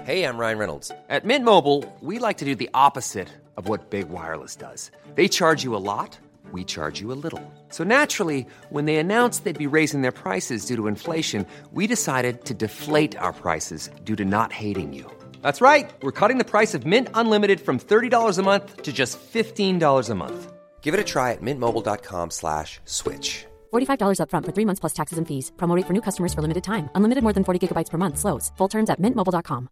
Hey, I'm Ryan Reynolds. At Mint Mobile, we like to do the opposite of what Big Wireless does. They charge you a lot, we charge you a little. So naturally, when they announced they'd be raising their prices due to inflation, we decided to deflate our prices due to not hating you. That's right. We're cutting the price of Mint Unlimited from $30 a month to just $15 a month. Give it a try at mintmobile.com/switch. $45 up front for 3 months plus taxes and fees. Promo rate for new customers for limited time. Unlimited more than 40 gigabytes per month. Slows full terms at mintmobile.com.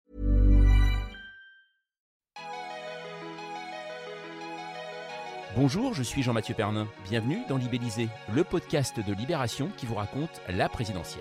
Bonjour, je suis Jean-Mathieu Pernin. Bienvenue dans Libellisé, le podcast de Libération qui vous raconte la présidentielle.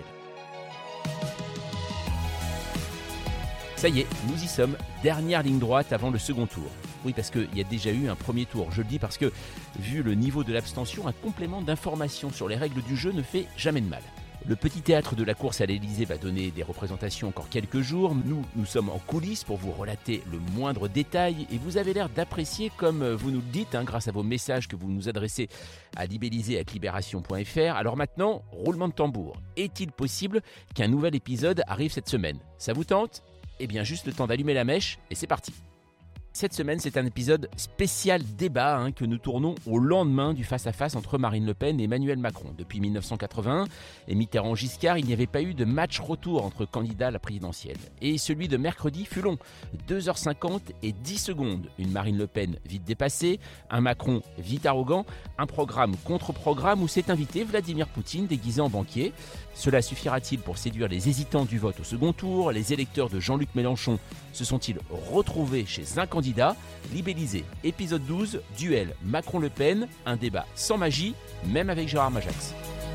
Ça y est, nous y sommes, dernière ligne droite avant le second tour. Oui, parce qu'il y a déjà eu un premier tour. Je le dis parce que, vu le niveau de l'abstention, un complément d'information sur les règles du jeu ne fait jamais de mal. Le petit théâtre de la course à l'Élysée va donner des représentations encore quelques jours. Nous sommes en coulisses pour vous relater le moindre détail et vous avez l'air d'apprécier comme vous nous le dites grâce à vos messages que vous nous adressez à libellisé@libération.fr. Alors maintenant, roulement de tambour. Est-il possible qu'un nouvel épisode arrive cette semaine ? Ça vous tente ? Eh bien juste le temps d'allumer la mèche et c'est parti. Cette semaine, c'est un épisode spécial débat que nous tournons au lendemain du face-à-face entre Marine Le Pen et Emmanuel Macron. Depuis 1981 et Mitterrand-Giscard, il n'y avait pas eu de match retour entre candidats à la présidentielle. Et celui de mercredi fut long, 2h50 et 10 secondes. Une Marine Le Pen vite dépassée, un Macron vite arrogant, un programme contre programme où s'est invité Vladimir Poutine déguisé en banquier. Cela suffira-t-il pour séduire les hésitants du vote au second tour ? Les électeurs de Jean-Luc Mélenchon se sont-ils retrouvés chez un candidat ? Libellisé, épisode 12, duel Macron-Le Pen, un débat sans magie, même avec Gérard Majax.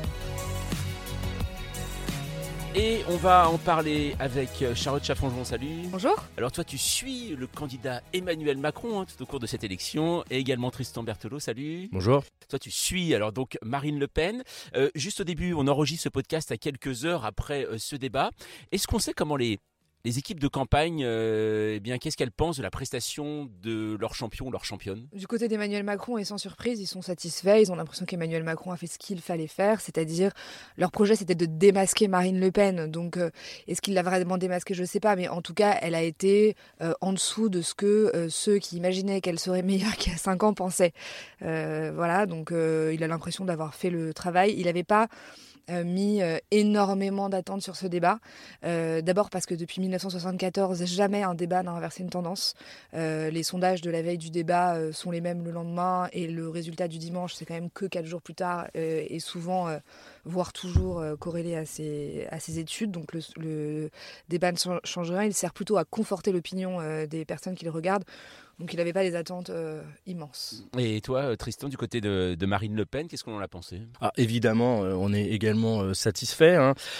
Et on va en parler avec Charlotte Chaffranjon, salut. Bonjour. Alors toi tu suis le candidat Emmanuel Macron tout au cours de cette élection et également Tristan Berthelot, salut. Bonjour. Toi tu suis alors donc Marine Le Pen. Juste au début, on enregistre ce podcast à quelques heures après ce débat. Est-ce qu'on sait comment les équipes de campagne, qu'est-ce qu'elles pensent de la prestation de leur champion ou leur championne ? Du côté d'Emmanuel Macron, et sans surprise, ils sont satisfaits. Ils ont l'impression qu'Emmanuel Macron a fait ce qu'il fallait faire, c'est-à-dire leur projet c'était de démasquer Marine Le Pen. Donc est-ce qu'il l'a vraiment démasquée ? Je ne sais pas, mais en tout cas, elle a été en dessous de ce que ceux qui imaginaient qu'elle serait meilleure qu'il y a 5 ans pensaient. Voilà, donc il a l'impression d'avoir fait le travail. Il n'avait pas mis énormément d'attentes sur ce débat. D'abord parce que depuis 1974, jamais un débat n'a inversé une tendance. Les sondages de la veille du débat sont les mêmes le lendemain et le résultat du dimanche, c'est quand même que 4 jours plus tard et souvent, voire toujours corrélé à ces études. Donc le débat ne change rien. Il sert plutôt à conforter l'opinion des personnes qui le regardent. Donc il n'avait pas des attentes immenses. Et toi, Tristan, du côté de Marine Le Pen, qu'est-ce qu'on en a pensé ? Évidemment, on est également satisfait.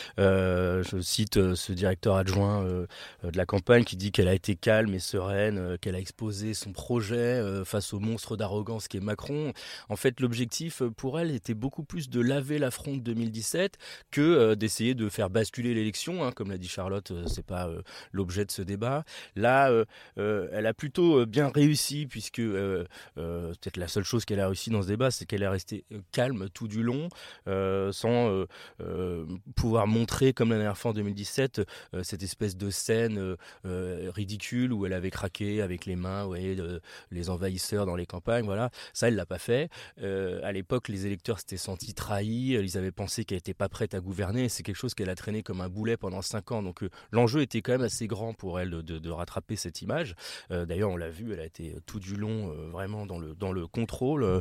Je cite ce directeur adjoint de la campagne qui dit qu'elle a été calme et sereine, qu'elle a exposé son projet face au monstre d'arrogance qu'est Macron. En fait, l'objectif pour elle était beaucoup plus de laver l'affront de 2017 que d'essayer de faire basculer l'élection. Comme l'a dit Charlotte, c'est pas l'objet de ce débat. Là, elle a plutôt bien réussi puisque peut-être la seule chose qu'elle a réussi dans ce débat, c'est qu'elle est restée calme tout du long, sans pouvoir montrer, comme la dernière fois en 2017, cette espèce de scène ridicule où elle avait craqué avec les mains, les envahisseurs dans les campagnes. Voilà, ça elle l'a pas fait. À l'époque, les électeurs s'étaient sentis trahis, ils avaient pensé qu'elle n'était pas prête à gouverner. C'est quelque chose qu'elle a traîné comme un boulet pendant 5 ans. Donc l'enjeu était quand même assez grand pour elle de rattraper cette image. D'ailleurs, on l'a vu, elle a été tout du long vraiment dans le contrôle.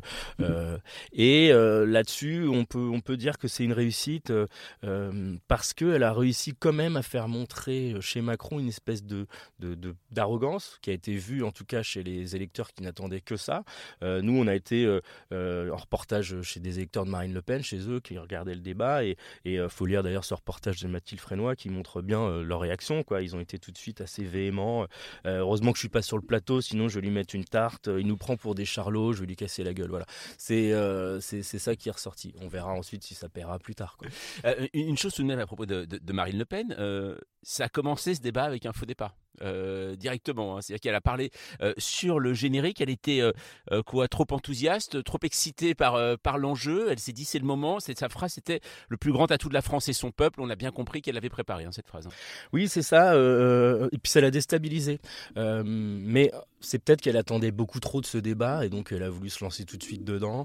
Là-dessus, on peut dire que c'est une réussite parce qu'elle a réussi quand même à faire montrer chez Macron une espèce d'arrogance qui a été vue en tout cas chez les électeurs qui n'attendaient que ça. Nous, on a été en reportage chez des électeurs de Marine Le Pen, chez eux, qui regardaient le débat et faut lire d'ailleurs ce reportage de Mathilde Frénois qui montre bien leur réaction, quoi. Ils ont été tout de suite assez véhéments. Heureusement que je suis pas sur le plateau, sinon je vais lui mettre une tarte. Il nous prend pour des charlots, je vais lui casser la gueule. Voilà, c'est ça qui est ressorti. On verra ensuite si ça paiera plus tard, quoi. Une chose tout de même à propos de Marine Le Pen, ça a commencé ce débat avec un faux départ. directement. Hein. C'est-à-dire qu'elle a parlé sur le générique. Elle était trop enthousiaste, trop excitée par l'enjeu. Elle s'est dit c'est le moment. Sa phrase c'était le plus grand atout de la France et son peuple. On a bien compris qu'elle l'avait préparé cette phrase. Hein. Oui, c'est ça. Et puis ça l'a déstabilisée. Mais c'est peut-être qu'elle attendait beaucoup trop de ce débat et donc elle a voulu se lancer tout de suite dedans.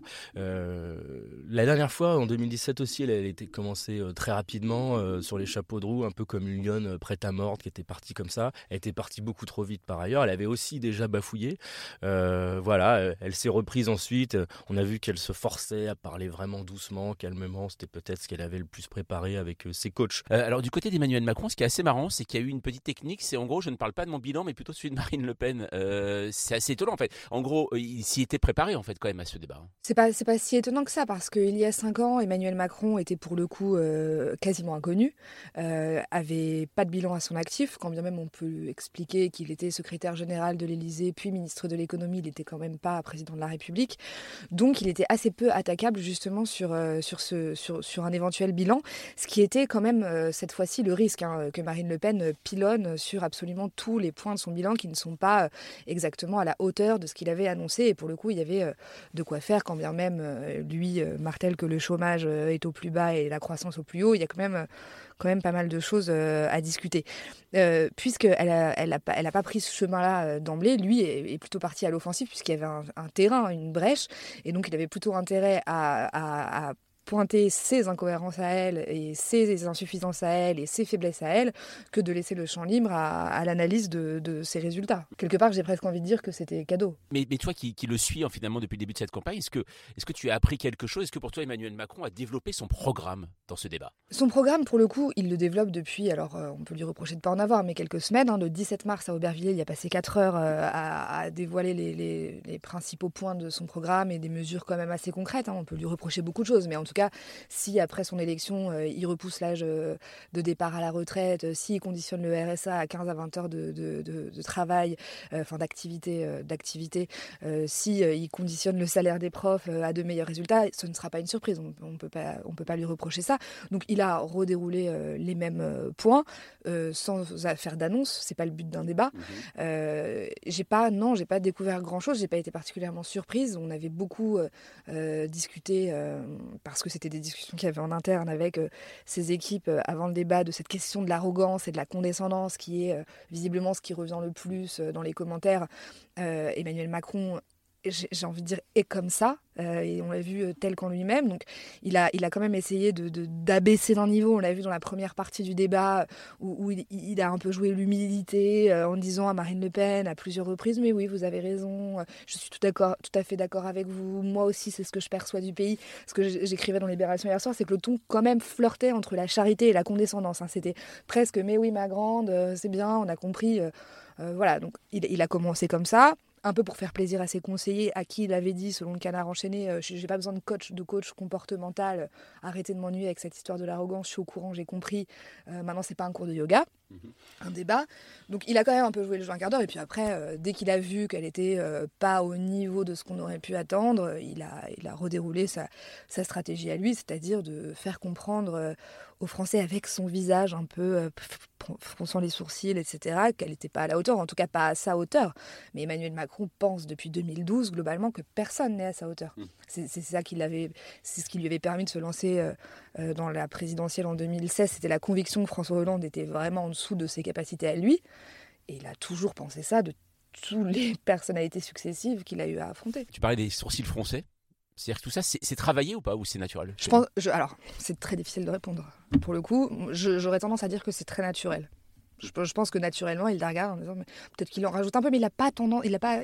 La dernière fois, en 2017 aussi, elle était commencée très rapidement sur les chapeaux de roue, un peu comme une lionne prête à mordre qui était partie comme ça. Elle était partie beaucoup trop vite par ailleurs. Elle avait aussi déjà bafouillé. Elle s'est reprise ensuite. On a vu qu'elle se forçait à parler vraiment doucement, calmement. C'était peut-être ce qu'elle avait le plus préparé avec ses coachs. Alors du côté d'Emmanuel Macron, ce qui est assez marrant, c'est qu'il y a eu une petite technique. C'est en gros, je ne parle pas de mon bilan, mais plutôt celui de Marine Le Pen. C'est assez étonnant en fait. En gros, il s'y était préparé en fait quand même à ce débat. C'est pas si étonnant que ça, parce qu'il y a 5 ans, Emmanuel Macron était pour le coup quasiment inconnu, avait pas de bilan à son actif, quand bien même on peut expliquer qu'il était secrétaire général de l'Élysée, puis ministre de l'économie, il n'était quand même pas président de la République. Donc il était assez peu attaquable justement sur un éventuel bilan, ce qui était quand même cette fois-ci le risque, que Marine Le Pen pilonne sur absolument tous les points de son bilan qui ne sont pas exactement à la hauteur de ce qu'il avait annoncé. Et pour le coup, il y avait de quoi faire, quand bien même lui martèle que le chômage est au plus bas et la croissance au plus haut. Il y a quand même pas mal de choses à discuter. Puisqu'elle a pas pris ce chemin-là d'emblée, lui est plutôt parti à l'offensive puisqu'il y avait un terrain, une brèche, et donc il avait plutôt intérêt à pointer ses incohérences à elle et ses insuffisances à elle et ses faiblesses à elle que de laisser le champ libre à l'analyse de ses résultats. Quelque part, j'ai presque envie de dire que c'était cadeau. Mais toi qui le suis finalement depuis le début de cette campagne, est-ce que tu as appris quelque chose ? Est-ce que pour toi Emmanuel Macron a développé son programme dans ce débat ? Son programme, pour le coup, il le développe depuis, alors on peut lui reprocher de ne pas en avoir, mais quelques semaines. Le 17 mars à Aubervilliers, il a passé 4 heures à dévoiler les principaux points de son programme et des mesures quand même assez concrètes. On peut lui reprocher beaucoup de choses, mais en tout cas, si après son élection, il repousse l'âge de départ à la retraite, s'il conditionne le RSA à 15 à 20 heures de travail, d'activité, s'il conditionne le salaire des profs à de meilleurs résultats, ce ne sera pas une surprise. On peut pas lui reprocher ça. Donc il a redéroulé les mêmes points sans faire d'annonce. C'est pas le but d'un débat. J'ai pas découvert grand-chose. J'ai pas été particulièrement surprise. On avait beaucoup discuté parce que c'était des discussions qu'il y avait en interne avec ses équipes avant le débat de cette question de l'arrogance et de la condescendance qui est visiblement ce qui revient le plus dans les commentaires. Emmanuel Macron, j'ai envie de dire, est comme ça, et on l'a vu tel qu'en lui-même. Donc il a quand même essayé d'abaisser d'un niveau. On l'a vu dans la première partie du débat où il a un peu joué l'humilité en disant à Marine Le Pen à plusieurs reprises: mais oui, vous avez raison, je suis tout à fait d'accord avec vous, moi aussi c'est ce que je perçois du pays. Ce que j'écrivais dans Libération hier soir, c'est que le ton quand même flirtait entre la charité et la condescendance. C'était presque: mais oui ma grande, c'est bien, on a compris. Voilà, donc il a commencé comme ça, un peu pour faire plaisir à ses conseillers, à qui il avait dit, selon le Canard enchaîné, j'ai pas besoin de coach comportemental, arrêtez de m'ennuyer avec cette histoire de l'arrogance, je suis au courant, j'ai compris, maintenant c'est pas un cours de yoga, un débat. Donc il a quand même un peu joué le jeu un quart d'heure, et puis après, dès qu'il a vu qu'elle était pas au niveau de ce qu'on aurait pu attendre, il a redéroulé sa stratégie à lui, c'est-à-dire de faire comprendre aux Français avec son visage un peu fronçant les sourcils, etc., qu'elle n'était pas à la hauteur, en tout cas pas à sa hauteur. Mais Emmanuel Macron pense depuis 2012 globalement que personne n'est à sa hauteur. C'est ça c'est ce qui lui avait permis de se lancer dans la présidentielle en 2016. C'était la conviction que François Hollande était vraiment en dessous de ses capacités à lui. Et il a toujours pensé ça de toutes les personnalités successives qu'il a eu à affronter. Tu parlais des sourcils français. C'est-à-dire que tout ça, c'est travaillé ou pas, ou c'est naturel ? Alors, c'est très difficile de répondre. Pour le coup, j'aurais tendance à dire que c'est très naturel. Je pense que naturellement, il la regarde en disant peut-être qu'il en rajoute un peu, mais il n'a pas tendance,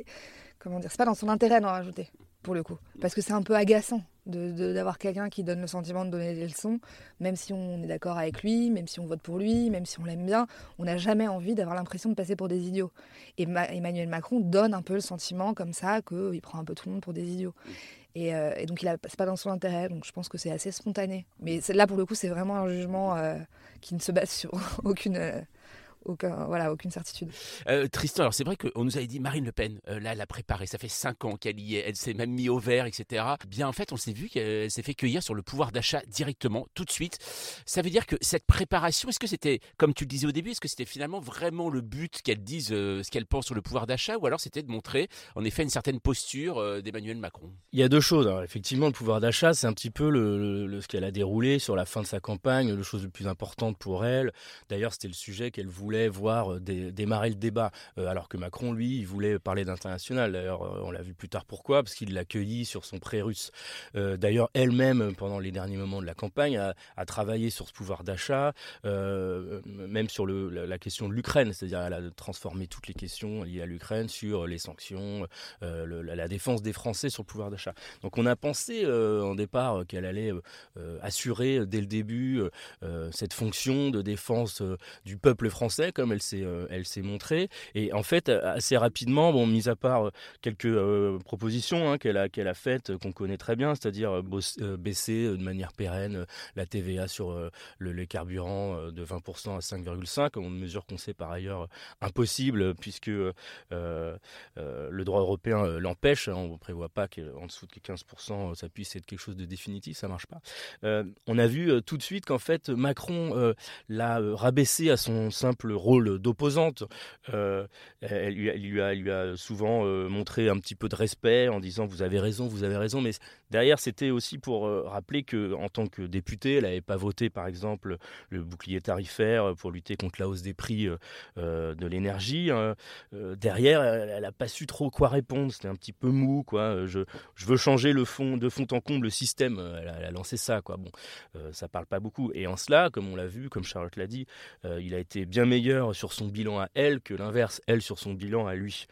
c'est pas dans son intérêt d'en rajouter, pour le coup. Parce que c'est un peu agaçant d'avoir quelqu'un qui donne le sentiment de donner des leçons, même si on est d'accord avec lui, même si on vote pour lui, même si on l'aime bien, on n'a jamais envie d'avoir l'impression de passer pour des idiots. Et Emmanuel Macron donne un peu le sentiment comme ça qu'il prend un peu tout le monde pour des idiots. Et donc c'est pas dans son intérêt, donc je pense que c'est assez spontané. Mais là pour le coup c'est vraiment un jugement qui ne se base sur aucune certitude. Tristan, alors c'est vrai qu'on nous avait dit Marine Le Pen, là elle a préparé, ça fait 5 ans qu'elle y est, elle s'est même mis au vert, etc. Bien en fait on s'est vu qu'elle s'est fait cueillir sur le pouvoir d'achat directement, tout de suite. Ça veut dire que cette préparation, est-ce que c'était, comme tu le disais au début, est-ce que c'était finalement vraiment le but qu'elle dise ce qu'elle pense sur le pouvoir d'achat, ou alors c'était de montrer en effet une certaine posture d'Emmanuel Macron? Il y a deux choses. Alors, effectivement, le pouvoir d'achat, c'est un petit peu ce qu'elle a déroulé sur la fin de sa campagne, la chose le plus importante pour elle. D'ailleurs, c'était le sujet qu'elle voulait voir démarrer le débat, alors que Macron, lui, il voulait parler d'international. D'ailleurs, on l'a vu plus tard pourquoi, parce qu'il l'a cueilli sur son pré russe. D'ailleurs, elle-même, pendant les derniers moments de la campagne, a travaillé sur ce pouvoir d'achat, même sur la question de l'Ukraine. C'est-à-dire, elle a transformé toutes les questions liées à l'Ukraine sur les sanctions, la défense des Français sur le pouvoir d'achat. Donc on a pensé en départ qu'elle allait assurer dès le début cette fonction de défense du peuple français, comme elle s'est montrée. Et en fait, assez rapidement, mis à part quelques propositions qu'elle a faites, qu'on connaît très bien, c'est-à-dire baisser de manière pérenne la TVA sur les carburants de 20% à 5,5%, une mesure qu'on sait par ailleurs impossible, puisque le droit européen l'empêche. On ne prévoit pas qu'en dessous de 15%, ça puisse être quelque chose de définitif, ça ne marche pas. On a vu tout de suite qu'en fait, Macron l'a rabaissé à son simple rôle d'opposante. Elle lui a souvent montré un petit peu de respect en disant vous avez raison, mais derrière c'était aussi pour rappeler qu'en tant que députée, elle n'avait pas voté par exemple le bouclier tarifaire pour lutter contre la hausse des prix de l'énergie. Derrière, elle n'a pas su trop quoi répondre, c'était un petit peu mou, quoi. Je veux changer de fond en comble le système, elle a lancé ça, quoi. Bon, ça parle pas beaucoup. Et en cela, comme on l'a vu, comme Charlotte l'a dit, il a été bien meilleur sur son bilan à elle que l'inverse, elle sur son bilan à lui.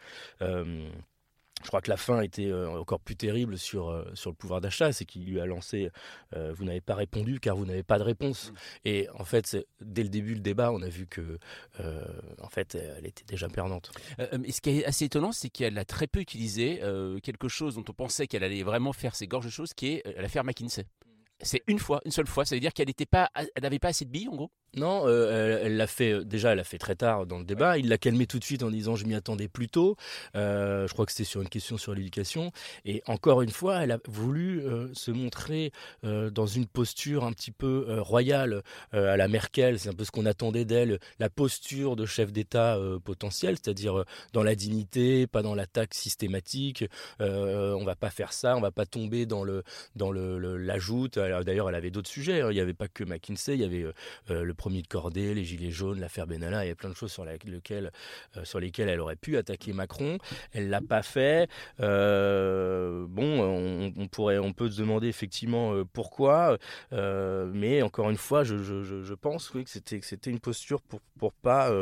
Je crois que la fin était encore plus terrible sur le pouvoir d'achat, c'est qu'il lui a lancé vous n'avez pas répondu car vous n'avez pas de réponse. Et en fait, dès le début du débat, on a vu que en fait, elle était déjà perdante. Et ce qui est assez étonnant, c'est qu'elle a très peu utilisé quelque chose dont on pensait qu'elle allait vraiment faire ses gorges chaudes, qui est l'affaire McKinsey. C'est une seule fois, ça veut dire qu'elle n'avait pas assez de billes en gros? Non, elle l'a fait très tard dans le débat. Il l'a calmé tout de suite en disant je m'y attendais plus tôt. Je crois que c'était sur une question sur l'éducation. Et encore une fois, elle a voulu se montrer dans une posture un petit peu royale à la Merkel. C'est un peu ce qu'on attendait d'elle, la posture de chef d'État potentiel, c'est-à-dire dans la dignité, pas dans l'attaque systématique. On va pas faire ça, on va pas tomber dans l'ajoute. D'ailleurs, elle avait d'autres sujets. Il n'y avait pas que McKinsey, il y avait le premier de cordée, les gilets jaunes, l'affaire Benalla, il y a plein de choses sur lesquelles elle aurait pu attaquer Macron. Elle l'a pas fait. On peut se demander effectivement pourquoi, mais encore une fois, je pense que c'était une posture pour pas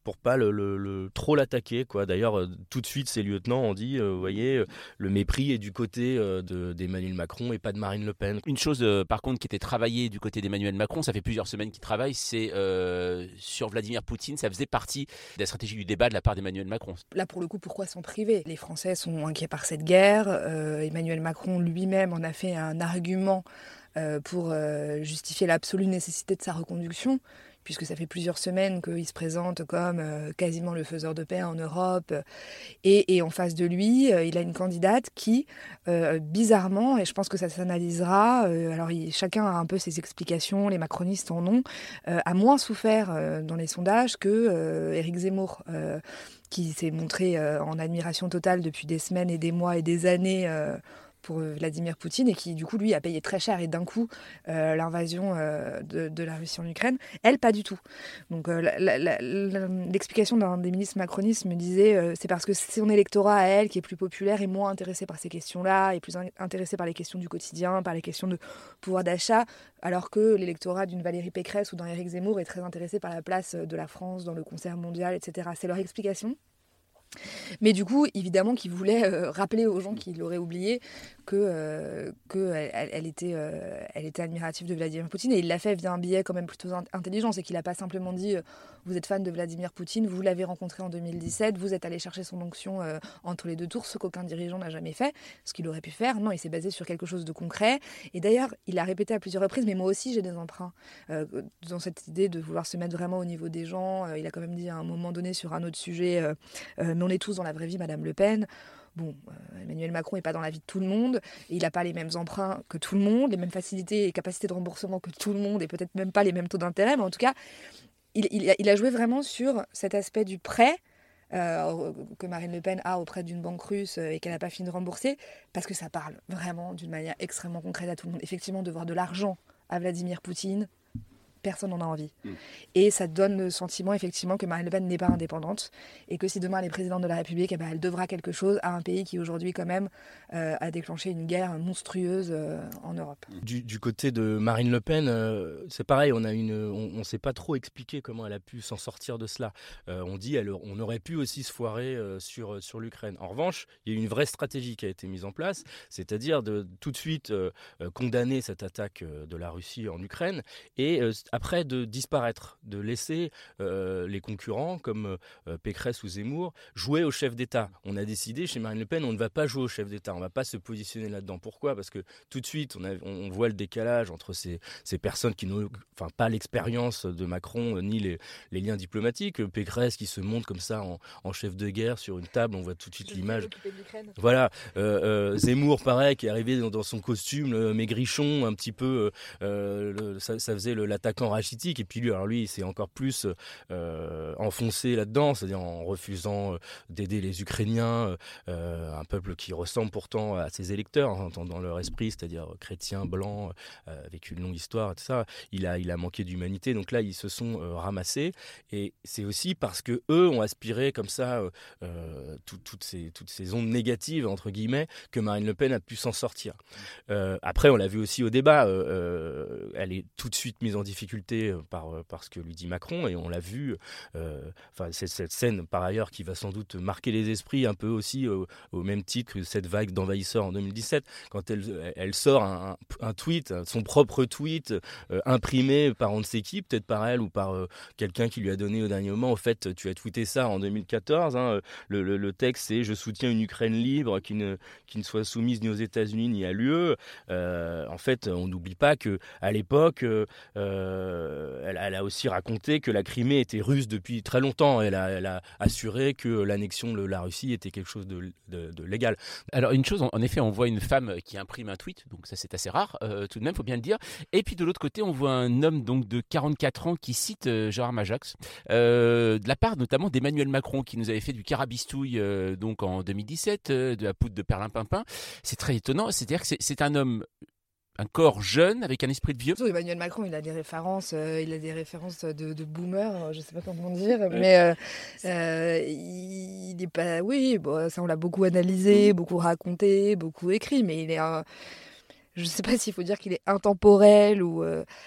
trop l'attaquer, quoi. D'ailleurs, tout de suite, ses lieutenants ont dit, vous voyez, le mépris est du côté d'Emmanuel Macron et pas de Marine Le Pen. Une chose, par contre, qui était travaillée du côté d'Emmanuel Macron, ça fait plusieurs semaines qu'il travaille, c'est sur Vladimir Poutine. Ça faisait partie de la stratégie du débat de la part d'Emmanuel Macron. Là, pour le coup, pourquoi s'en priver? Les Français sont inquiets par cette guerre. Emmanuel Macron lui-même en a fait un argument pour justifier l'absolue nécessité de sa reconduction, puisque ça fait plusieurs semaines qu'il se présente comme quasiment le faiseur de paix en Europe. Et en face de lui, il a une candidate qui, bizarrement, et je pense que ça s'analysera, chacun a un peu ses explications, les macronistes en ont, a moins souffert dans les sondages que Éric Zemmour, qui s'est montré en admiration totale depuis des semaines et des mois et des années pour Vladimir Poutine, et qui du coup lui a payé très cher et d'un coup l'invasion de la Russie en Ukraine. Elle, pas du tout. Donc l'explication d'un des ministres macronistes me disait c'est parce que c'est son électorat à elle qui est plus populaire et moins intéressé par ces questions-là, et plus intéressé par les questions du quotidien, par les questions de pouvoir d'achat, alors que l'électorat d'une Valérie Pécresse ou d'un Éric Zemmour est très intéressé par la place de la France dans le concert mondial, etc. C'est leur explication. Mais du coup, évidemment qu'ils voulaient rappeler aux gens qui l'auraient oublié elle était admirative de Vladimir Poutine, et il l'a fait via un biais quand même plutôt intelligent, c'est qu'il n'a pas simplement dit vous êtes fan de Vladimir Poutine, vous l'avez rencontré en 2017, vous êtes allé chercher son onction entre les deux tours, ce qu'aucun dirigeant n'a jamais fait, ce qu'il aurait pu faire. Non, il s'est basé sur quelque chose de concret, et d'ailleurs il a répété à plusieurs reprises, mais moi aussi j'ai des emprunts dans cette idée de vouloir se mettre vraiment au niveau des gens. Il a quand même dit à un moment donné sur un autre sujet mais on est tous dans la vraie vie, Madame Le Pen. Bon, Emmanuel Macron n'est pas dans la vie de tout le monde, et il n'a pas les mêmes emprunts que tout le monde, les mêmes facilités et capacités de remboursement que tout le monde, et peut-être même pas les mêmes taux d'intérêt, mais en tout cas, il a joué vraiment sur cet aspect du prêt que Marine Le Pen a auprès d'une banque russe et qu'elle n'a pas fini de rembourser, parce que ça parle vraiment d'une manière extrêmement concrète à tout le monde. Effectivement, de voir de l'argent à Vladimir Poutine, personne n'en a envie. Et ça donne le sentiment, effectivement, que Marine Le Pen n'est pas indépendante et que si demain elle est présidente de la République, elle devra quelque chose à un pays qui, aujourd'hui, quand même, a déclenché une guerre monstrueuse en Europe. Du côté de Marine Le Pen, c'est pareil, on ne sait pas trop expliquer comment elle a pu s'en sortir de cela. On dit on aurait pu aussi se foirer sur l'Ukraine. En revanche, il y a eu une vraie stratégie qui a été mise en place, c'est-à-dire de tout de suite condamner cette attaque de la Russie en Ukraine et après de disparaître, de laisser les concurrents comme Pécresse ou Zemmour jouer au chef d'État. On a décidé chez Marine Le Pen, on ne va pas jouer au chef d'État, on ne va pas se positionner là-dedans. Pourquoi ? Parce que tout de suite, on voit le décalage entre ces personnes qui n'ont pas l'expérience de Macron ni les liens diplomatiques. Pécresse qui se montre comme ça en chef de guerre sur une table, on voit tout de suite l'image. Voilà, Zemmour pareil, qui est arrivé dans son costume, le maigrichon, un petit peu, ça faisait l'attaquant rachitique, et puis lui, il s'est encore plus enfoncé là-dedans, c'est-à-dire en refusant d'aider les Ukrainiens, un peuple qui ressemble pourtant à ses électeurs dans leur esprit, c'est-à-dire chrétiens, blancs, avec une longue histoire, tout ça. Il a manqué d'humanité, donc là, ils se sont ramassés, et c'est aussi parce que eux ont aspiré comme ça toutes ces ondes négatives, entre guillemets, que Marine Le Pen a pu s'en sortir. Après, on l'a vu aussi au débat, elle est tout de suite mise en difficulté par ce que lui dit Macron, et on l'a vu, c'est cette scène par ailleurs qui va sans doute marquer les esprits un peu aussi au même titre que cette vague d'envahisseurs en 2017, quand elle sort un tweet, son propre tweet imprimé par on ne sait qui, peut-être par elle ou par quelqu'un qui lui a donné au dernier moment. Au fait, tu as tweeté ça en 2014, le texte c'est « Je soutiens une Ukraine libre qui ne soit soumise ni aux États-Unis ni à l'UE ». En fait, on n'oublie pas qu'à l'époque, elle a aussi raconté que la Crimée était russe depuis très longtemps. Elle a assuré que l'annexion de la Russie était quelque chose de légal. Alors une chose, en effet, on voit une femme qui imprime un tweet, donc ça c'est assez rare, tout de même, faut bien le dire. Et puis de l'autre côté, on voit un homme donc de 44 ans qui cite Gérard Majax, de la part notamment d'Emmanuel Macron, qui nous avait fait du carabistouille donc en 2017, de la poudre de perlimpinpin. C'est très étonnant, c'est-à-dire que c'est un homme, un corps jeune avec un esprit de vieux. Emmanuel Macron, il a des références de boomer, je sais pas comment dire, mais il est pas. Oui, bon, ça on l'a beaucoup analysé, beaucoup raconté, beaucoup écrit, mais il est je ne sais pas s'il faut dire qu'il est intemporel ou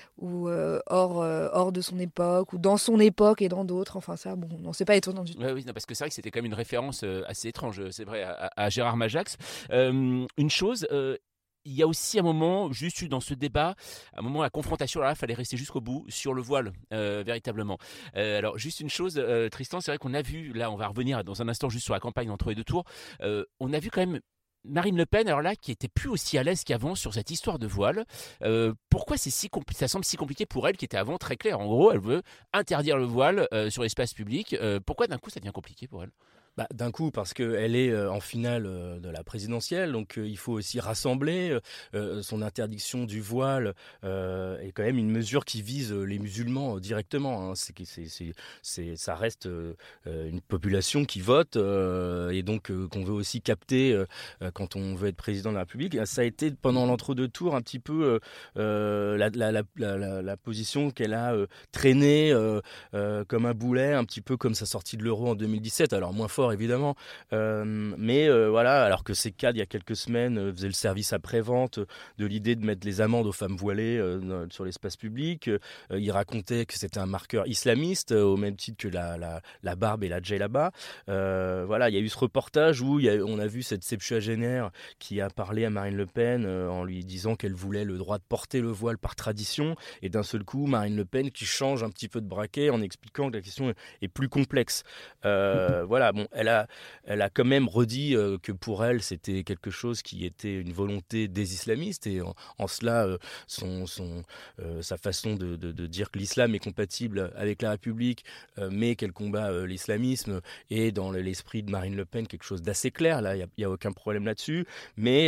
hors de son époque, ou dans son époque et dans d'autres. Enfin, ça, bon, non, c'est pas étonnant du tout. Oui, non, parce que c'est vrai que c'était quand même une référence assez étrange, c'est vrai, à Gérard Majax. Une chose. Il y a aussi un moment, juste dans ce débat, un moment, la confrontation, là, il fallait rester jusqu'au bout sur le voile, véritablement. Alors, juste une chose, Tristan, c'est vrai qu'on a vu, là, on va revenir dans un instant juste sur la campagne entre les deux tours, on a vu quand même Marine Le Pen, alors là, qui était plus aussi à l'aise qu'avant sur cette histoire de voile. Pourquoi ça semble si compliqué pour elle, qui était avant très clair. En gros, elle veut interdire le voile sur l'espace public. Pourquoi d'un coup ça devient compliqué pour elle ? D'un coup, parce qu'elle est en finale de la présidentielle, donc il faut aussi rassembler. Son interdiction du voile est quand même une mesure qui vise les musulmans directement. Ça reste une population qui vote et donc qu'on veut aussi capter quand on veut être président de la République. Ça a été pendant l'entre-deux tours un petit peu la position qu'elle a traînée comme un boulet, un petit peu comme sa sortie de l'euro en 2017. Alors moins fort fort évidemment, mais voilà, alors que ces cadres il y a quelques semaines faisaient le service après-vente de l'idée de mettre les amendes aux femmes voilées sur l'espace public, ils racontaient que c'était un marqueur islamiste au même titre que la barbe et la djellaba. Voilà, il y a eu ce reportage où on a vu cette septuagénaire qui a parlé à Marine Le Pen en lui disant qu'elle voulait le droit de porter le voile par tradition, et d'un seul coup Marine Le Pen qui change un petit peu de braquet en expliquant que la question est plus complexe. Voilà, bon, elle a quand même redit que pour elle c'était quelque chose qui était une volonté des islamistes, et en cela sa façon de dire que l'islam est compatible avec la République, mais qu'elle combat l'islamisme, et dans l'esprit de Marine Le Pen quelque chose d'assez clair. Là, il y a aucun problème là-dessus, mais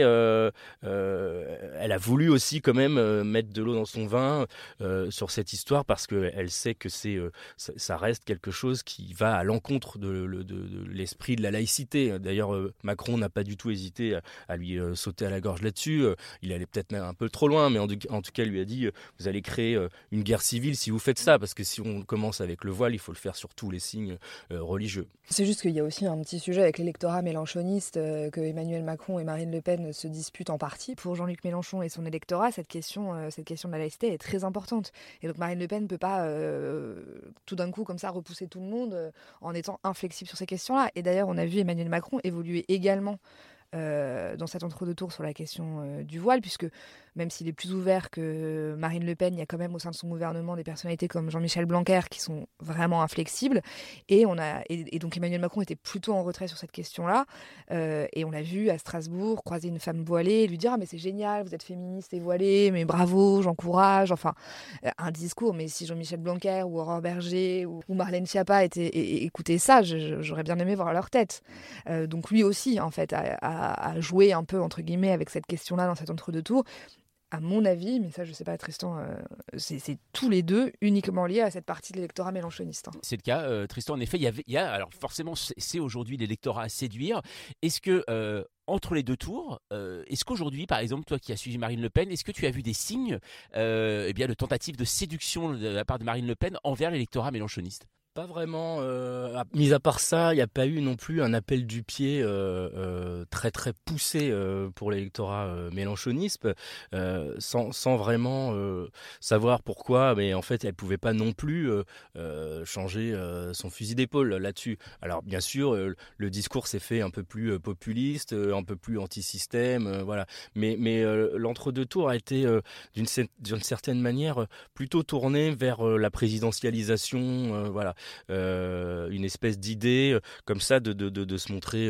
elle a voulu aussi quand même mettre de l'eau dans son vin sur cette histoire, parce qu'elle sait que ça reste quelque chose qui va à l'encontre de l'esprit de la laïcité. D'ailleurs, Macron n'a pas du tout hésité à lui sauter à la gorge là-dessus. Il allait peut-être même un peu trop loin, mais en tout cas, il lui a dit vous allez créer une guerre civile si vous faites ça, parce que si on commence avec le voile, il faut le faire sur tous les signes religieux. C'est juste qu'il y a aussi un petit sujet avec l'électorat mélenchoniste que Emmanuel Macron et Marine Le Pen se disputent en partie. Pour Jean-Luc Mélenchon et son électorat, cette question de la laïcité est très importante. Et donc Marine Le Pen ne peut pas tout d'un coup comme ça repousser tout le monde en étant inflexible sur ces questions-là. Et d'ailleurs, on a vu Emmanuel Macron évoluer également dans cet entre-deux tours sur la question du voile, puisque même s'il est plus ouvert que Marine Le Pen, il y a quand même au sein de son gouvernement des personnalités comme Jean-Michel Blanquer qui sont vraiment inflexibles. Et donc Emmanuel Macron était plutôt en retrait sur cette question-là. Et on l'a vu à Strasbourg croiser une femme voilée et lui dire « Ah mais c'est génial, vous êtes féministe et voilée, mais bravo, j'encourage ». Enfin, un discours, mais si Jean-Michel Blanquer ou Aurore Berger ou Marlène Schiappa écoutaient ça, j'aurais bien aimé voir leur tête. Donc lui aussi, en fait, a joué un peu, entre guillemets, avec cette question-là dans cet entre-deux tours. À mon avis, mais ça je sais pas Tristan, c'est tous les deux uniquement liés à cette partie de l'électorat mélenchoniste. C'est le cas, Tristan, en effet, il y a alors forcément c'est aujourd'hui l'électorat à séduire. Est-ce que entre les deux tours, est-ce qu'aujourd'hui, par exemple, toi qui as suivi Marine Le Pen, est-ce que tu as vu des signes de tentatives de séduction de la part de Marine Le Pen envers l'électorat mélenchoniste ? Pas vraiment. Mis à part ça, il n'y a pas eu non plus un appel du pied très très poussé pour l'électorat mélenchoniste, sans vraiment savoir pourquoi. Mais en fait, elle ne pouvait pas non plus changer son fusil d'épaule là-dessus. Alors bien sûr, le discours s'est fait un peu plus populiste, un peu plus anti-système, voilà. Mais l'entre-deux tours a été d'une certaine manière plutôt tourné vers la présidentialisation, voilà. Une espèce d'idée comme ça de se montrer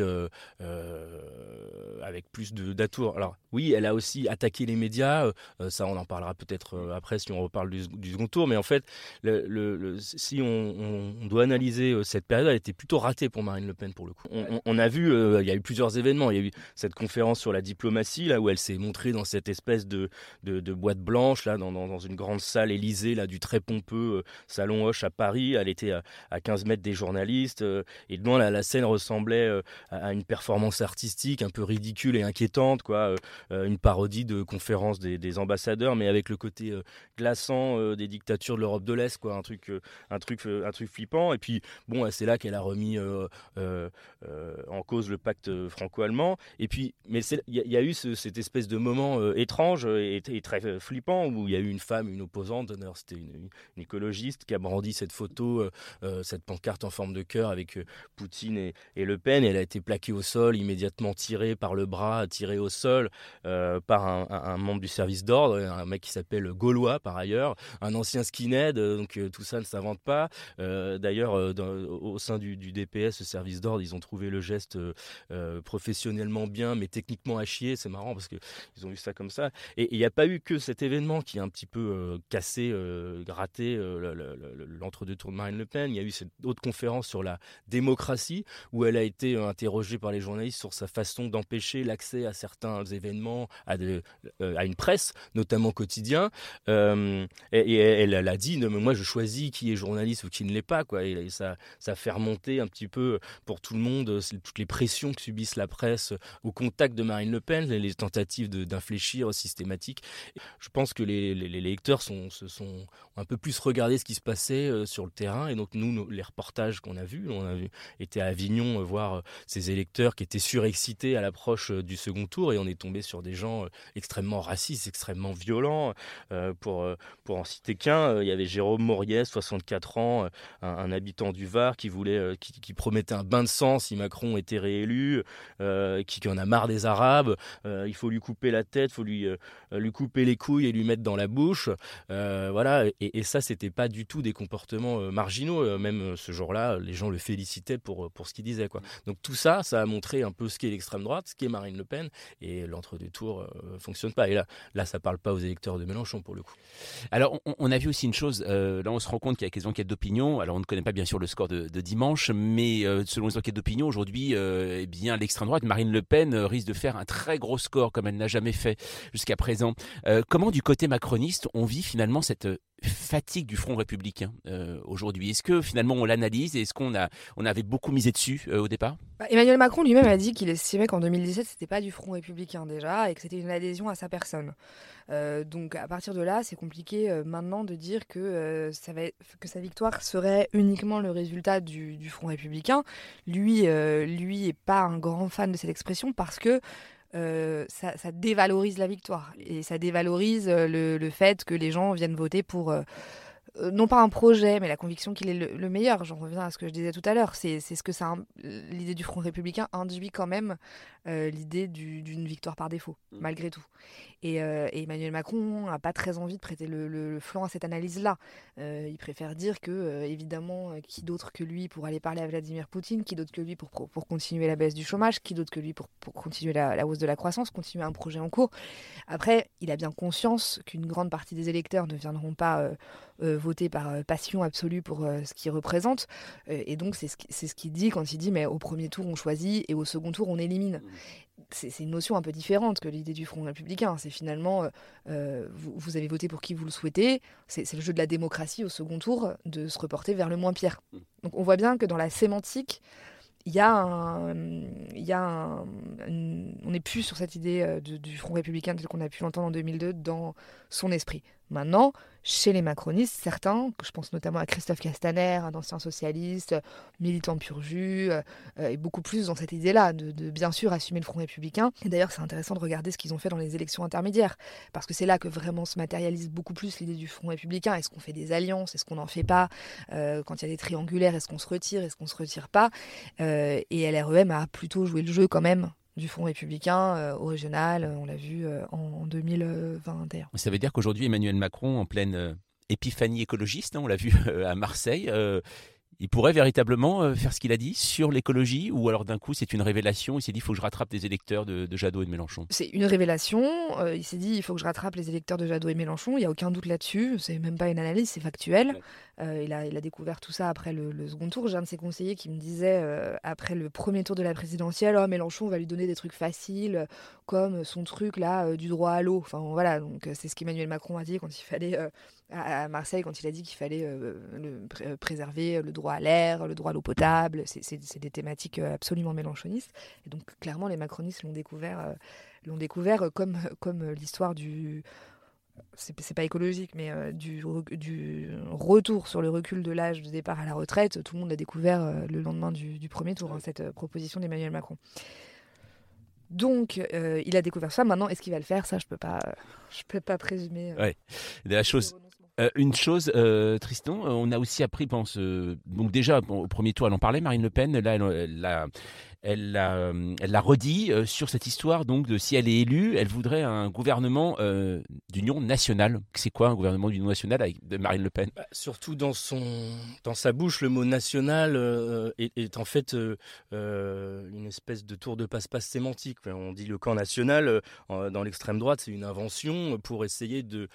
avec plus d'atours. Alors oui, elle a aussi attaqué les médias, ça on en parlera peut-être après si on reparle du second tour, mais en fait si on doit analyser cette période, elle était plutôt ratée pour Marine Le Pen pour le coup. On a vu, il y a eu plusieurs événements, il y a eu cette conférence sur la diplomatie là où elle s'est montrée dans cette espèce de boîte blanche là dans une grande salle Élysée là du très pompeux salon Hoche à Paris. Elle était à 15 mètres des journalistes, et devant la scène ressemblait à une performance artistique un peu ridicule et inquiétante, quoi, une parodie de conférence des ambassadeurs, mais avec le côté glaçant des dictatures de l'Europe de l'Est, quoi, un truc flippant. Et puis bon, c'est là qu'elle a remis en cause le pacte franco-allemand. Et puis, mais il y a eu cette espèce de moment étrange et très flippant où il y a eu une femme, une opposante, d'ailleurs c'était une écologiste qui a brandi cette photo, cette pancarte en forme de cœur avec Poutine et Le Pen, et elle a été plaquée au sol, immédiatement tirée par le bras, tirée au sol par un membre du service d'ordre, un mec qui s'appelle Gaulois par ailleurs, un ancien skinhead, donc tout ça ne s'invente pas. D'ailleurs, au sein du DPS, ce service d'ordre, ils ont trouvé le geste professionnellement bien, mais techniquement à chier. C'est marrant parce qu'ils ont vu ça comme ça. Et il n'y a pas eu que cet événement qui a un petit peu cassé, gratté l'entre-deux tours de Marine Le Pen. Il y a eu cette autre conférence sur la démocratie où elle a été interrogée par les journalistes sur sa façon d'empêcher l'accès à certains événements événements, à une presse, notamment quotidien. Et elle a dit, non, mais moi je choisis qui est journaliste ou qui ne l'est pas, quoi. Et ça fait remonter un petit peu pour tout le monde toutes les pressions que subissent la presse au contact de Marine Le Pen, les tentatives d'infléchir systématiques. Je pense que les lecteurs ont un peu plus regardé ce qui se passait sur le terrain, et donc les reportages qu'on a vus, été à Avignon voir ces électeurs qui étaient surexcités à l'approche du second tour, et on est tombé sur des gens extrêmement racistes, extrêmement violents. Pour en citer qu'un, il y avait Jérôme Moriès, 64 ans, un habitant du Var qui promettait un bain de sang si Macron était réélu, qui en a marre des Arabes, il faut lui couper la tête, il faut lui couper les couilles et lui mettre dans la bouche. Voilà, et ça, c'était pas du tout des comportements marginaux. Même ce jour-là, les gens le félicitaient pour ce qu'il disait, quoi. Donc tout ça a montré un peu ce qu'est l'extrême droite, ce qu'est Marine Le Pen, et l'entre-deux-tours fonctionne pas. Et là, ça parle pas aux électeurs de Mélenchon, pour le coup. Alors, on a vu aussi une chose, là on se rend compte qu'il y a quelques enquêtes d'opinion. Alors on ne connaît pas bien sûr le score de dimanche, mais selon les enquêtes d'opinion aujourd'hui, eh bien l'extrême droite, Marine Le Pen, risque de faire un très gros score comme elle n'a jamais fait jusqu'à présent. Comment du côté macroniste on vit finalement cette fatigue du Front républicain aujourd'hui? Est-ce que finalement on l'analyse, et est-ce qu'on avait beaucoup misé dessus au départ? Emmanuel Macron lui-même a dit qu'il estimait qu'en 2017 c'était pas du Front républicain déjà, et que c'était une adhésion à sa personne. Donc à partir de là, c'est compliqué maintenant de dire que sa victoire serait uniquement le résultat du Front républicain. Lui est pas un grand fan de cette expression, parce que ça dévalorise la victoire, et ça dévalorise le fait que les gens viennent voter pour non pas un projet, mais la conviction qu'il est le meilleur. J'en reviens à ce que je disais tout à l'heure. C'est ce que l'idée du Front républicain induit quand même, l'idée d'une victoire par défaut, malgré tout. Et Emmanuel Macron n'a pas très envie de prêter le flanc à cette analyse-là. Il préfère dire que, évidemment, qui d'autre que lui pour aller parler à Vladimir Poutine, qui d'autre que lui pour continuer la baisse du chômage, qui d'autre que lui pour continuer la hausse de la croissance, continuer un projet en cours. Après, il a bien conscience qu'une grande partie des électeurs ne viendront pas voter par passion absolue pour ce qu'il représente. Et donc, c'est ce qu'il dit quand il dit « mais au premier tour, on choisit et au second tour, on élimine ». C'est une notion un peu différente que l'idée du Front républicain. C'est finalement, vous avez voté pour qui vous le souhaitez. C'est le jeu de la démocratie au second tour, de se reporter vers le moins pire. Donc on voit bien que dans la sémantique, on n'est plus sur cette idée du Front républicain tel qu'on a pu l'entendre en 2002 dans son esprit. Maintenant, chez les macronistes, certains, je pense notamment à Christophe Castaner, un ancien socialiste, militant pur jus, est beaucoup plus dans cette idée-là, de bien sûr assumer le Front républicain. Et d'ailleurs, c'est intéressant de regarder ce qu'ils ont fait dans les élections intermédiaires, parce que c'est là que vraiment se matérialise beaucoup plus l'idée du Front républicain. Est-ce qu'on fait des alliances? Est-ce qu'on n'en fait pas? Quand il y a des triangulaires, est-ce qu'on se retire? Est-ce qu'on se retire pas? Et LREM a plutôt joué le jeu quand même du Front républicain au régional, on l'a vu en 2021. Ça veut dire qu'aujourd'hui, Emmanuel Macron, en pleine épiphanie écologiste, on l'a vu à Marseille, il pourrait véritablement faire ce qu'il a dit sur l'écologie, ou alors d'un coup c'est une révélation, il s'est dit il faut que je rattrape les électeurs de Jadot et de Mélenchon? C'est une révélation, il s'est dit il faut que je rattrape les électeurs de Jadot et Mélenchon, il n'y a aucun doute là-dessus, c'est même pas une analyse, c'est factuel. Il a découvert tout ça après le second tour. J'ai un de ses conseillers qui me disait après le premier tour de la présidentielle, Mélenchon va lui donner des trucs faciles comme son truc là du droit à l'eau. Enfin voilà, donc c'est ce qu'Emmanuel Macron a dit quand il fallait à Marseille, quand il a dit qu'il fallait préserver le droit à l'air, le droit à l'eau potable. C'est des thématiques absolument mélenchonistes. Et donc clairement les macronistes l'ont découvert comme l'histoire du... C'est pas écologique, mais du retour sur le recul de l'âge de départ à la retraite. Tout le monde l'a découvert le lendemain du premier tour, cette proposition d'Emmanuel Macron. Donc, il a découvert ça. Maintenant, est-ce qu'il va le faire? Ça, je peux pas présumer. Ouais. Une chose, Tristan, on a aussi appris, donc déjà au premier tour, elle en parlait, Marine Le Pen. Là, elle l'a redit sur cette histoire, donc de si elle est élue, elle voudrait un gouvernement d'union nationale. C'est quoi un gouvernement d'union nationale de Marine Le Pen? Surtout dans sa bouche, le mot national est en fait une espèce de tour de passe-passe sémantique. On dit le camp national dans l'extrême droite, c'est une invention pour essayer de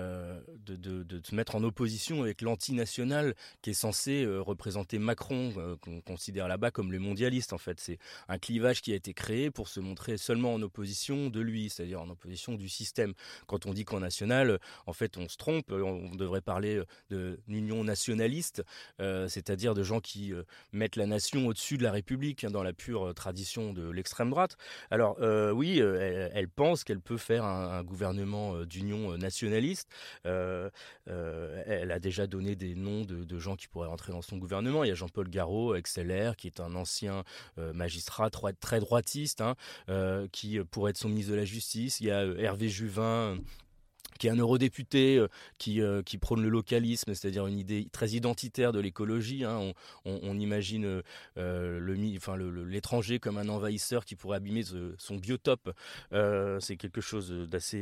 se mettre en opposition avec l'antinational qui est censé représenter Macron, qu'on considère là-bas comme le mondialiste en fait. c'est un clivage qui a été créé pour se montrer seulement en opposition de lui, c'est-à-dire en opposition du système. Quand on dit camp national, en fait, on se trompe. On devrait parler d'une union nationaliste, c'est-à-dire de gens qui mettent la nation au-dessus de la République, dans la pure tradition de l'extrême droite. Alors oui, elle pense qu'elle peut faire un gouvernement d'union nationaliste. Elle a déjà donné des noms de gens qui pourraient rentrer dans son gouvernement. Il y a Jean-Paul Garot, ex-LR, qui est un ancien magistrat très droitiste, qui pourrait être son ministre de la Justice. Il y a Hervé Juvin, qui est un eurodéputé qui prône le localisme, c'est-à-dire une idée très identitaire de l'écologie. On imagine l'étranger comme un envahisseur qui pourrait abîmer son biotope. C'est quelque chose d'assez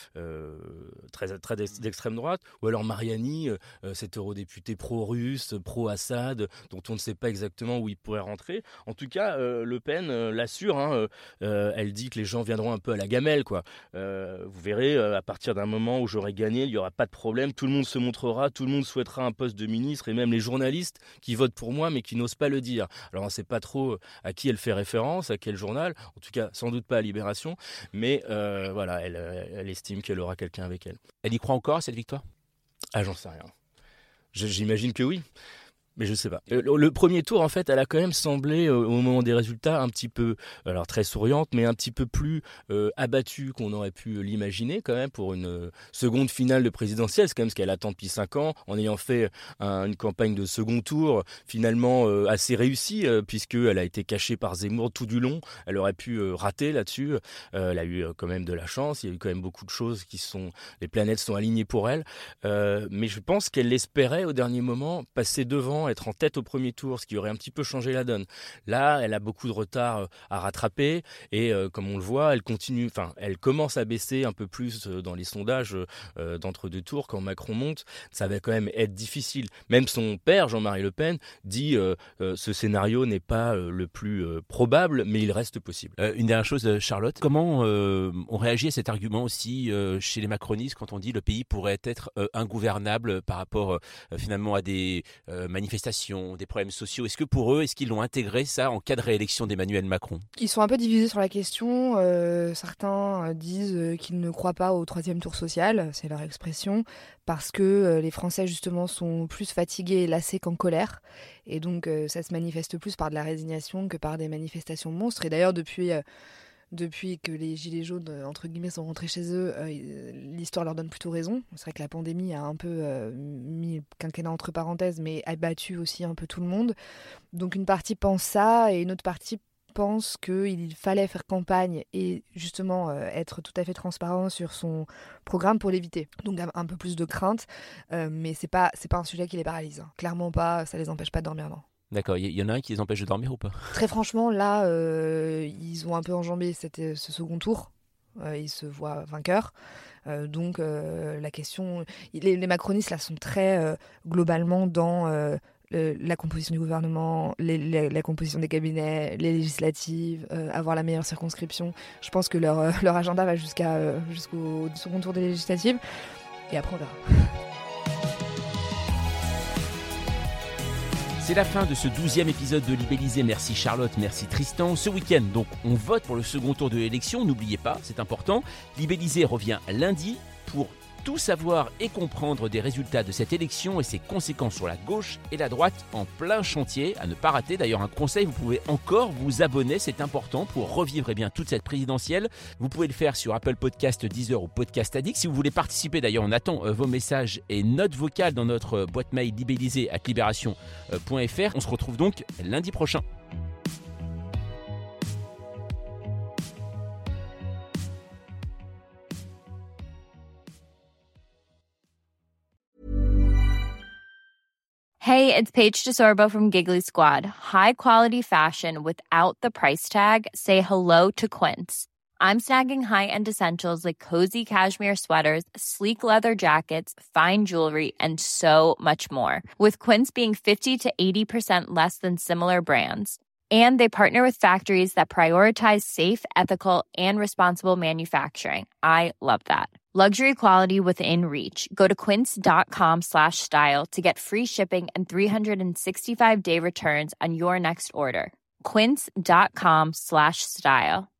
très d'extrême droite. Ou alors Mariani, cet eurodéputé pro-russe, pro-Assad, dont on ne sait pas exactement où il pourrait rentrer. En tout cas, Le Pen l'assure. Elle dit que les gens viendront un peu à la gamelle, quoi. Vous verrez, à partir d'un moment où j'aurai gagné, il n'y aura pas de problème, tout le monde se montrera, tout le monde souhaitera un poste de ministre, et même les journalistes qui votent pour moi mais qui n'osent pas le dire. Alors on ne sait pas trop à qui elle fait référence, à quel journal, en tout cas sans doute pas à Libération, mais voilà, elle estime qu'elle aura quelqu'un avec elle. Elle y croit encore, cette victoire ? Ah, j'en sais rien. J'imagine que oui. Mais je sais pas. Le premier tour, en fait, elle a quand même semblé, au moment des résultats, un petit peu, alors très souriante, mais un petit peu plus abattue qu'on aurait pu l'imaginer quand même pour une seconde finale de présidentielle. C'est quand même ce qu'elle attend depuis 5 ans, en ayant fait une campagne de second tour, finalement assez réussie, puisqu'elle a été cachée par Zemmour tout du long. Elle aurait pu rater là-dessus. Elle a eu quand même de la chance. Il y a eu quand même beaucoup de choses les planètes sont alignées pour elle. Mais je pense qu'elle l'espérait au dernier moment, passer devant, être en tête au premier tour, ce qui aurait un petit peu changé la donne. Là, elle a beaucoup de retard à rattraper et comme on le voit, elle commence à baisser un peu plus dans les sondages d'entre-deux tours quand Macron monte. Ça va quand même être difficile. Même son père, Jean-Marie Le Pen, dit ce scénario n'est pas le plus probable, mais il reste possible. Une dernière chose, Charlotte, comment on réagit à cet argument aussi chez les macronistes quand on dit le pays pourrait être ingouvernable par rapport finalement à des manifestations, des problèmes sociaux. Est-ce qu'ils l'ont intégré ça en cas de réélection d'Emmanuel Macron ? Ils sont un peu divisés sur la question. Certains disent qu'ils ne croient pas au troisième tour social, c'est leur expression, parce que les Français justement sont plus fatigués et lassés qu'en colère. Et donc ça se manifeste plus par de la résignation que par des manifestations monstres. Et d'ailleurs depuis que les gilets jaunes, entre guillemets, sont rentrés chez eux, l'histoire leur donne plutôt raison. C'est vrai que la pandémie a un peu mis le quinquennat entre parenthèses, mais abattu aussi un peu tout le monde. Donc une partie pense ça, et une autre partie pense qu'il fallait faire campagne et justement être tout à fait transparent sur son programme pour l'éviter. Donc un peu plus de crainte, mais c'est pas un sujet qui les paralyse. Clairement pas, ça les empêche pas de dormir, non. D'accord, il y en a un qui les empêche de dormir ou pas ? Très franchement, là, ils ont un peu enjambé ce second tour. Ils se voient vainqueurs. Donc la question... Les macronistes, là, sont très globalement dans la composition du gouvernement, la composition des cabinets, les législatives, avoir la meilleure circonscription. Je pense que leur agenda va jusqu'au second tour des législatives. Et après, on verra. C'est la fin de ce 12e épisode de Libellisé. Merci Charlotte, merci Tristan. Ce week-end, donc, on vote pour le second tour de l'élection. N'oubliez pas, c'est important. Libellisé revient lundi pour tout savoir et comprendre des résultats de cette élection et ses conséquences sur la gauche et la droite en plein chantier. À ne pas rater, d'ailleurs, un conseil, vous pouvez encore vous abonner, c'est important pour revivre toute cette présidentielle. Vous pouvez le faire sur Apple Podcast, Deezer ou Podcast Addict. Si vous voulez participer, d'ailleurs, on attend vos messages et notes vocales dans notre boîte mail libellisé@libération.fr. On se retrouve donc lundi prochain. Hey, it's Paige DeSorbo from Giggly Squad. High quality fashion without the price tag. Say hello to Quince. I'm snagging high-end essentials like cozy cashmere sweaters, sleek leather jackets, fine jewelry, and so much more. With Quince being 50 to 80% less than similar brands. And they partner with factories that prioritize safe, ethical, and responsible manufacturing. I love that. Luxury quality within reach. Go to quince.com/style to get free shipping and 365-day returns on your next order. quince.com/style.